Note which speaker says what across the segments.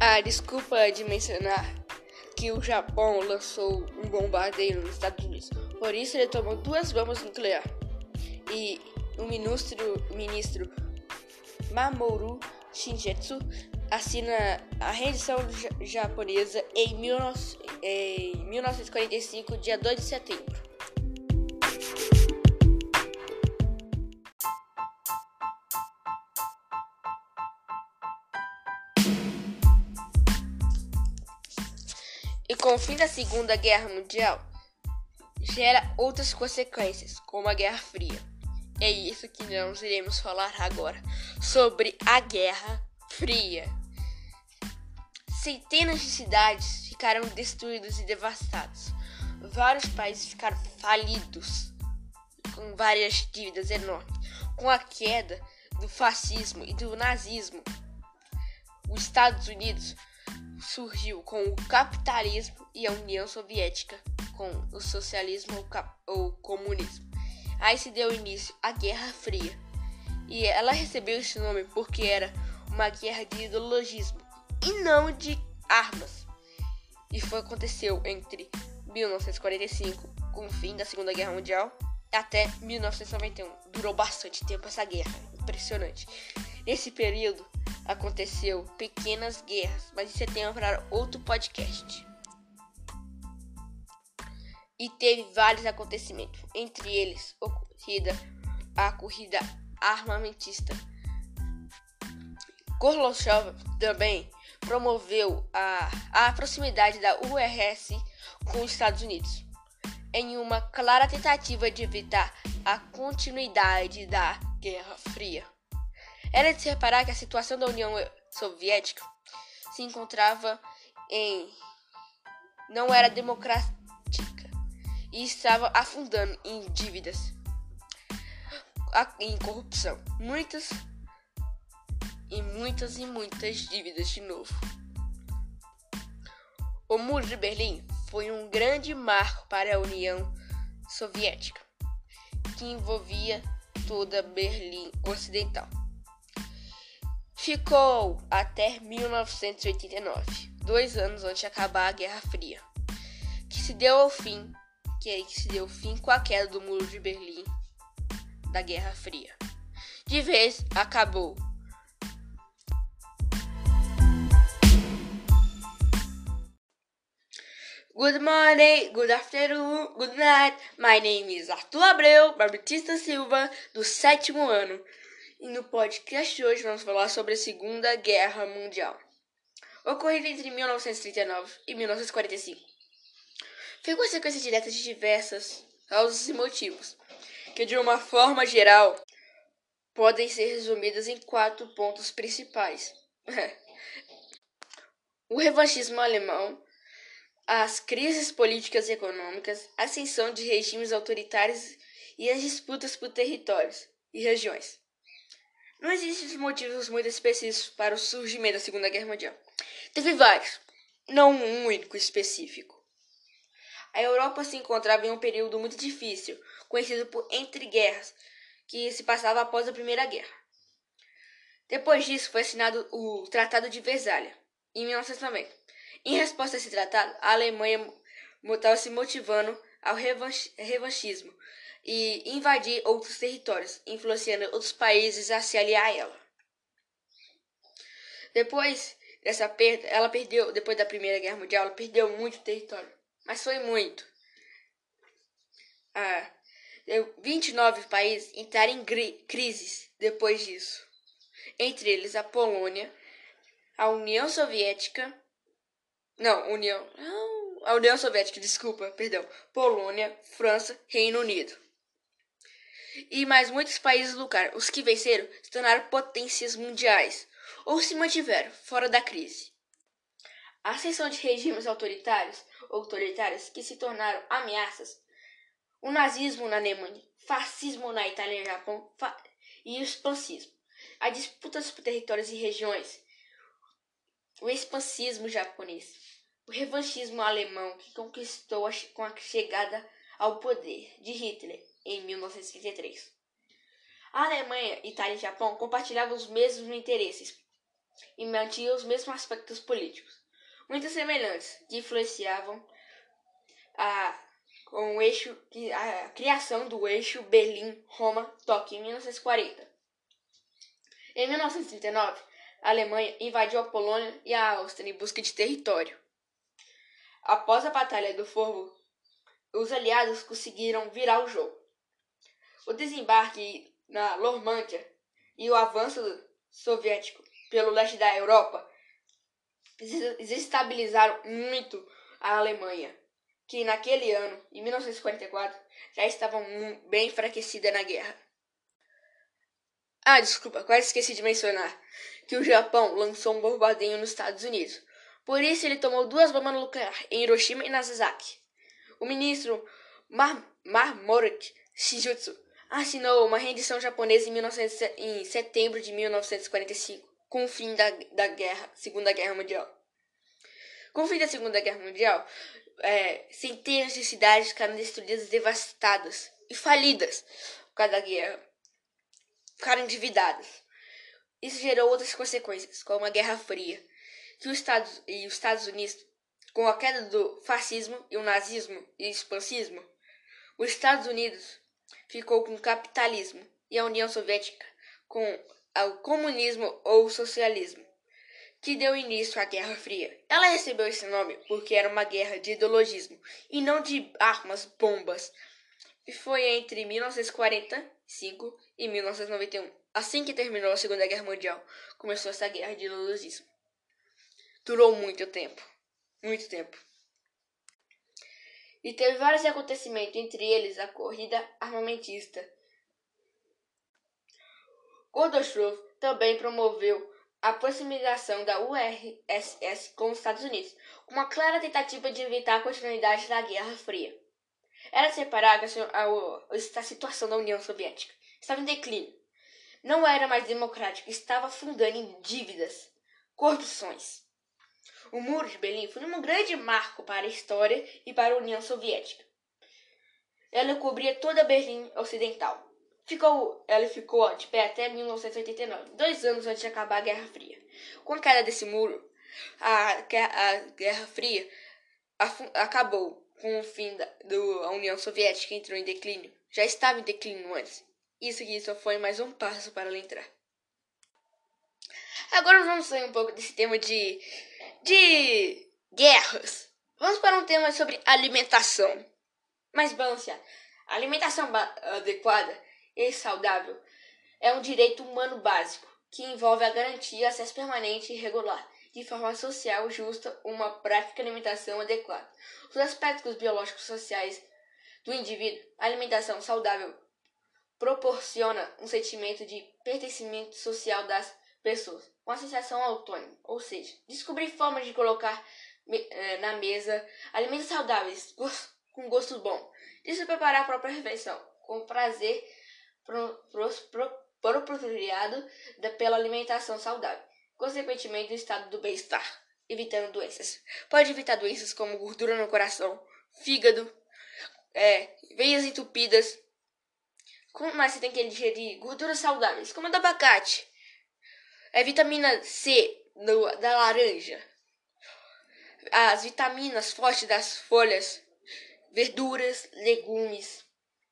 Speaker 1: Desculpa de mencionar que o Japão lançou um bombardeio nos Estados Unidos. Por isso ele tomou 2 bombas nucleares. E o ministro Mamoru Shinjitsu assina a rendição japonesa em 1945, dia 2 de setembro. E com o fim da Segunda Guerra Mundial, gera outras consequências, como a Guerra Fria. É isso que nós iremos falar agora, sobre a Guerra Fria. Centenas de cidades ficaram destruídas e devastadas. Vários países ficaram falidos, com várias dívidas enormes. Com a queda do fascismo e do nazismo, os Estados Unidos surgiu com o capitalismo e a União Soviética com o socialismo ou comunismo. Aí se deu início à Guerra Fria. E ela recebeu esse nome porque era uma guerra de ideologismo e não de armas. E aconteceu entre 1945, com o fim da Segunda Guerra Mundial, até 1991. Durou bastante tempo essa guerra, impressionante. Nesse período aconteceu pequenas guerras, mas isso é tema para outro podcast. E teve vários acontecimentos, entre eles a corrida armamentista. Gorbachev também promoveu a proximidade da URSS com os Estados Unidos, em uma clara tentativa de evitar a continuidade da Guerra Fria. Era de se reparar que a situação da União Soviética se encontrava não era democrática e estava afundando em dívidas, em corrupção, muitas dívidas de novo. O Muro de Berlim foi um grande marco para a União Soviética, que envolvia toda Berlim Ocidental. Ficou até 1989, 2 anos antes de acabar a Guerra Fria, que se deu fim com a queda do Muro de Berlim da Guerra Fria. De vez, acabou. Good morning, good afternoon, good night. My name is Arthur Abreu Baptista Silva, do 7º ano. E no podcast de hoje vamos falar sobre a Segunda Guerra Mundial, ocorrida entre 1939 e 1945. Foi consequência direta de diversas causas e motivos, que de uma forma geral podem ser resumidas em 4 pontos principais. O revanchismo alemão, as crises políticas e econômicas, a ascensão de regimes autoritários e as disputas por territórios e regiões. Não existem motivos muito específicos para o surgimento da Segunda Guerra Mundial. Teve vários, não um único específico. A Europa se encontrava em um período muito difícil, conhecido por entreguerras, que se passava após a Primeira Guerra. Depois disso, foi assinado o Tratado de Versalhes, em 1990. Em resposta a esse tratado, a Alemanha estava se motivando ao revanchismo e invadir outros territórios, influenciando outros países a se aliar a ela. Depois dessa perda, depois da Primeira Guerra Mundial, ela perdeu muito território. Mas foi muito. 29 países entraram em crises depois disso. Entre eles a Polônia, a União Soviética... A União Soviética, Polônia, França, Reino Unido. E mais muitos países lutaram. Os que venceram se tornaram potências mundiais ou se mantiveram fora da crise. A ascensão de regimes autoritários que se tornaram ameaças, o nazismo na Alemanha, fascismo na Itália e no Japão e o expansismo, a disputas por territórios e regiões, o expansismo japonês, o revanchismo alemão que conquistou com a chegada ao poder de Hitler em 1933. A Alemanha, Itália e Japão compartilhavam os mesmos interesses, e mantinha os mesmos aspectos políticos, muito semelhantes, que influenciavam a criação do eixo Berlim-Roma-Tóquio em 1940. Em 1939, a Alemanha invadiu a Polônia e a Áustria em busca de território. Após a Batalha do Fogo, os aliados conseguiram virar o jogo. O desembarque na Normândia e o avanço soviético pelo leste da Europa desestabilizaram muito a Alemanha, que naquele ano, em 1944, já estava bem enfraquecida na guerra. Desculpa, quase esqueci de mencionar que o Japão lançou um bombardeio nos Estados Unidos. Por isso, ele tomou 2 bombas nucleares em Hiroshima e Nagasaki. O ministro Mamoru Shijutsu assinou uma rendição japonesa em setembro de 1945, com o fim da Segunda Guerra Mundial. Com o fim da Segunda Guerra Mundial, centenas de cidades ficaram destruídas, devastadas e falidas por causa da guerra. Ficaram endividadas. Isso gerou outras consequências, como a Guerra Fria, que os Estados Unidos, com a queda do fascismo e o nazismo e o expansismo, os Estados Unidos ficou com o capitalismo e a União Soviética com o comunismo ou socialismo, que deu início à Guerra Fria. Ela recebeu esse nome porque era uma guerra de ideologismo e não de armas, bombas. E foi entre 1945 e 1991. Assim que terminou a Segunda Guerra Mundial, começou essa guerra de ideologismo. Durou muito tempo. Muito tempo. E teve vários acontecimentos, entre eles a corrida armamentista. Gorbachev também promoveu a aproximação da URSS com os Estados Unidos, com uma clara tentativa de evitar a continuidade da Guerra Fria. Era separar a situação da União Soviética. Estava em declínio. Não era mais democrática, estava afundando em dívidas, corrupções. O Muro de Berlim foi um grande marco para a história e para a União Soviética. Ela cobria toda a Berlim Ocidental. Ela ficou de pé até 1989, 2 anos antes de acabar a Guerra Fria. Com a queda desse muro, a Guerra Fria acabou. Com o fim da União Soviética, entrou em declínio. Já estava em declínio antes. Isso aqui só foi mais um passo para ela entrar. Agora vamos sair um pouco desse tema de guerras. Vamos para um tema sobre alimentação. Mais balanceado. A alimentação adequada e saudável é um direito humano básico, que envolve a garantia de acesso permanente e regular, de forma social justa, uma prática de alimentação adequada. Os aspectos biológicos sociais do indivíduo, a alimentação saudável proporciona um sentimento de pertencimento social das pessoas, uma sensação autônoma, ou seja, descobrir formas de colocar na mesa alimentos saudáveis, com gosto bom, de se preparar a própria refeição, com prazer propriado pela alimentação saudável, consequentemente do estado do bem-estar, evitando doenças. Pode evitar doenças como gordura no coração, fígado, veias entupidas. Mas você tem que digerir gorduras saudáveis, como a do abacate, vitamina C da laranja, as vitaminas fortes das folhas, verduras, legumes.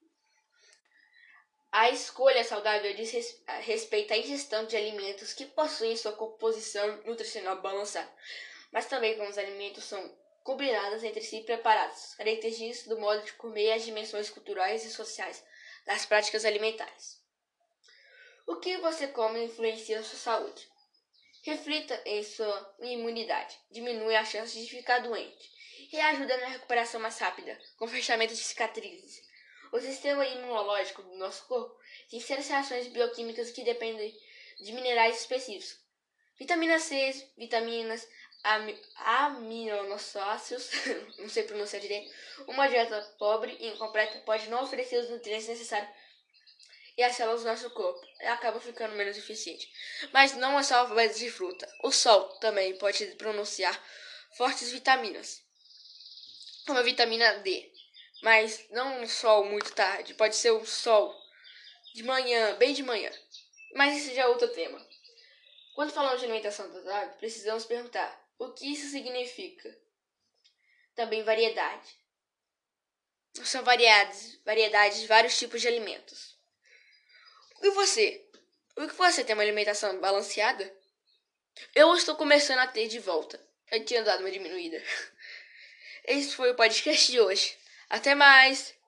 Speaker 1: A escolha saudável diz respeito à ingestão de alimentos que possuem sua composição nutricional balanceada, mas também como os alimentos são combinados entre si e preparados, características do modo de comer e as dimensões culturais e sociais das práticas alimentares. O que você come influencia a sua saúde. Reflita em sua imunidade, diminui a chance de ficar doente e ajuda na recuperação mais rápida, com fechamento de cicatrizes. O sistema imunológico do nosso corpo tem certas reações bioquímicas que dependem de minerais específicos. Vitamina C, vitaminas, aminoácidos, não sei pronunciar direito. Uma dieta pobre e incompleta pode não oferecer os nutrientes necessários e as células do nosso corpo acabam ficando menos eficientes. Mas não é só a base de fruta. O sol também pode pronunciar fortes vitaminas, como a vitamina D. Mas não um sol muito tarde, pode ser um sol de manhã, bem de manhã. Mas esse já é outro tema. Quando falamos de alimentação saudável, precisamos perguntar o que isso significa. Também variedade. São variedades de vários tipos de alimentos. E você? O que você tem uma alimentação balanceada? Eu estou começando a ter de volta. Eu tinha dado uma diminuída. Esse foi o podcast de hoje. Até mais!